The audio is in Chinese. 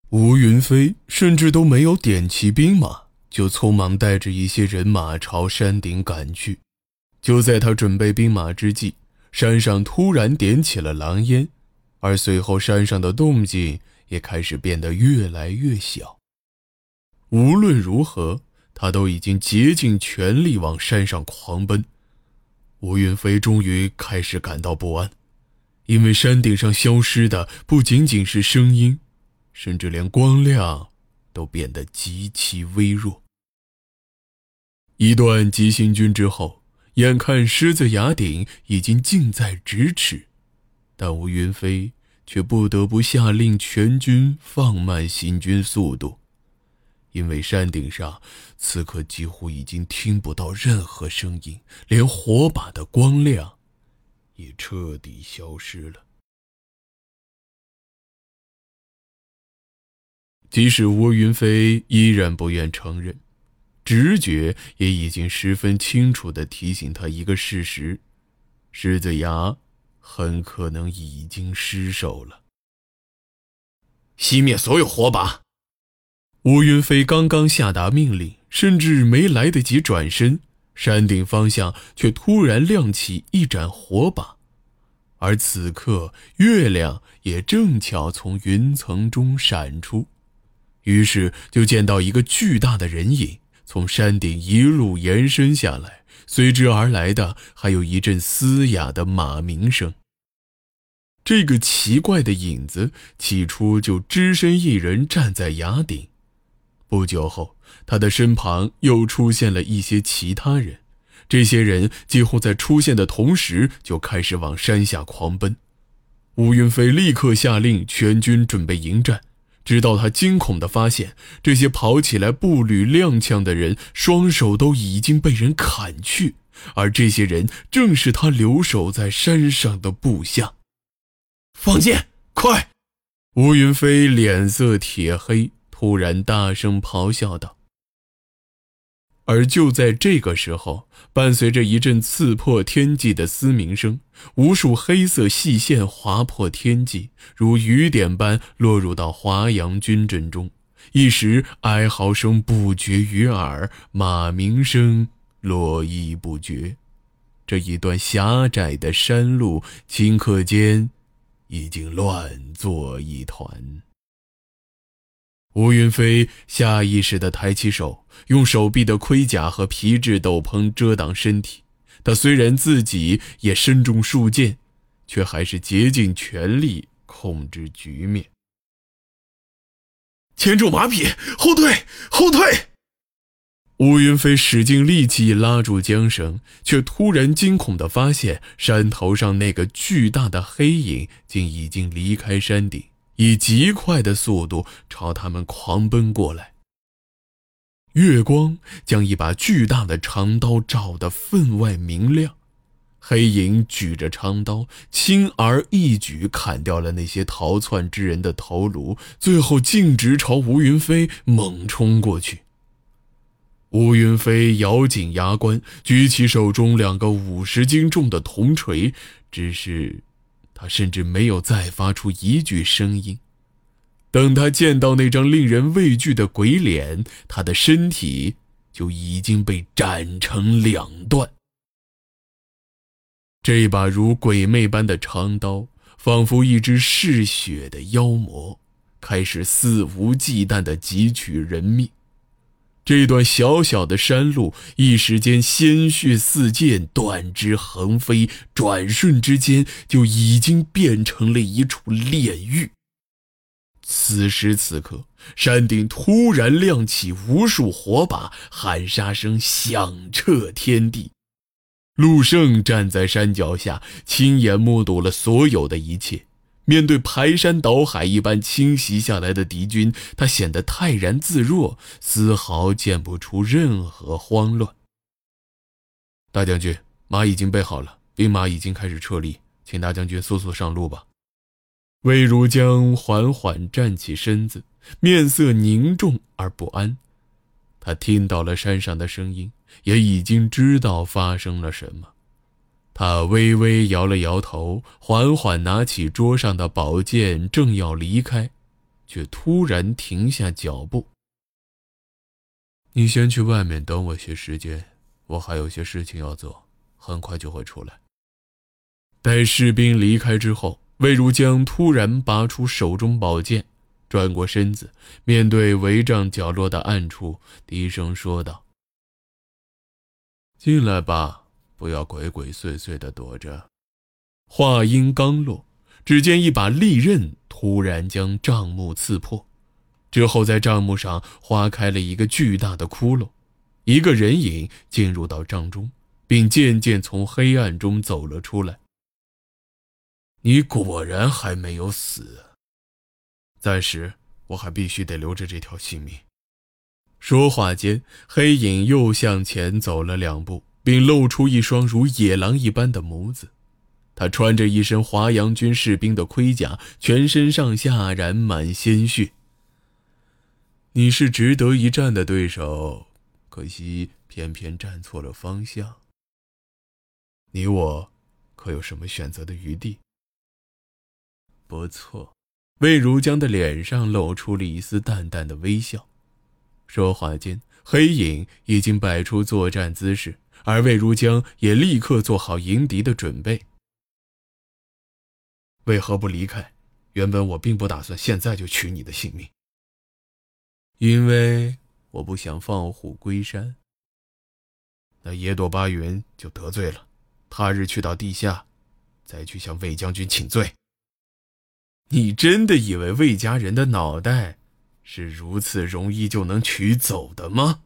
吴云飞甚至都没有点齐兵马，就匆忙带着一些人马朝山顶赶去。就在他准备兵马之际，山上突然点起了狼烟，而随后山上的动静也开始变得越来越小。无论如何，他都已经竭尽全力往山上狂奔。吴云飞终于开始感到不安，因为山顶上消失的不仅仅是声音，甚至连光亮都变得极其微弱。一段急行军之后，眼看狮子崖顶已经近在咫尺，但吴云飞却不得不下令全军放慢行军速度，因为山顶上此刻几乎已经听不到任何声音，连火把的光亮也彻底消失了。即使吴云飞依然不愿承认，直觉也已经十分清楚地提醒他一个事实：狮子崖很可能已经失守了。熄灭所有火把！吴云飞刚刚下达命令，甚至没来得及转身，山顶方向却突然亮起一盏火把，而此刻月亮也正巧从云层中闪出，于是就见到一个巨大的人影从山顶一路延伸下来，随之而来的还有一阵嘶哑的马鸣声。这个奇怪的影子起初就只身一人站在崖顶，不久后他的身旁又出现了一些其他人，这些人几乎在出现的同时就开始往山下狂奔。吴云飞立刻下令全军准备迎战，直到他惊恐地发现，这些跑起来步履踉跄的人双手都已经被人砍去，而这些人正是他留守在山上的部下。放箭，快！吴云飞脸色铁黑，突然大声咆哮道。而就在这个时候，伴随着一阵刺破天际的嘶鸣声，无数黑色细线划破天际，如雨点般落入到华阳军阵中。一时哀嚎声不绝于耳，马鸣声络绎不绝。这一段狭窄的山路顷刻间已经乱作一团。吴云飞下意识地抬起手，用手臂的盔甲和皮质斗篷遮挡身体。他虽然自己也身中数箭，却还是竭尽全力控制局面。牵住马匹，后退，后退！吴云飞使尽力气拉住缰绳，却突然惊恐地发现，山头上那个巨大的黑影竟已经离开山顶，以极快的速度朝他们狂奔过来。月光将一把巨大的长刀照得分外明亮，黑影举着长刀，轻而易举砍掉了那些逃窜之人的头颅，最后径直朝吴云飞猛冲过去。吴云飞咬紧牙关，举起手中2个50斤重的铜锤，只是他甚至没有再发出一句声音。等他见到那张令人畏惧的鬼脸，他的身体就已经被斩成2段。这把如鬼魅般的长刀，仿佛一只嗜血的妖魔，开始肆无忌惮地汲取人命。这段小小的山路一时间鲜血四溅，断肢横飞，转瞬之间就已经变成了一处炼狱。此时此刻，山顶突然亮起无数火把，喊杀声响彻天地。陆胜站在山脚下，亲眼目睹了所有的一切。面对排山倒海一般侵袭下来的敌军，他显得泰然自若，丝毫见不出任何慌乱。大将军，马已经备好了，兵马已经开始撤离，请大将军速速上路吧。魏如江缓缓站起身子，面色凝重而不安。他听到了山上的声音，也已经知道发生了什么。他微微摇了摇头，缓缓拿起桌上的宝剑，正要离开， 却突然停下脚步。你先去外面等我些时间，我还有些事情要做，很快就会出来。待士兵离开之后，魏如江突然拔出手中宝剑，转过身子，面对围帐角落的暗处，低声说道：进来吧，不要鬼鬼祟祟地躲着。话音刚落，只见一把利刃突然将帐幕刺破，之后在帐幕上划开了一个巨大的窟窿，一个人影进入到帐中，并渐渐从黑暗中走了出来。你果然还没有死，暂时我还必须得留着这条性命。说话间，黑影又向前走了2步，并露出一双如野狼一般的眸子。他穿着一身华阳军士兵的盔甲，全身上下染满鲜血。你是值得一战的对手，可惜偏偏站错了方向。你我可有什么选择的余地？不错，魏如江的脸上露出了一丝淡淡的微笑。说话间，黑影已经摆出作战姿势，而魏如江也立刻做好迎敌的准备。为何不离开？原本我并不打算现在就取你的性命。因为我不想放虎归山。那野朵巴云就得罪了，他日去到地下，再去向魏将军请罪。你真的以为魏家人的脑袋是如此容易就能取走的吗？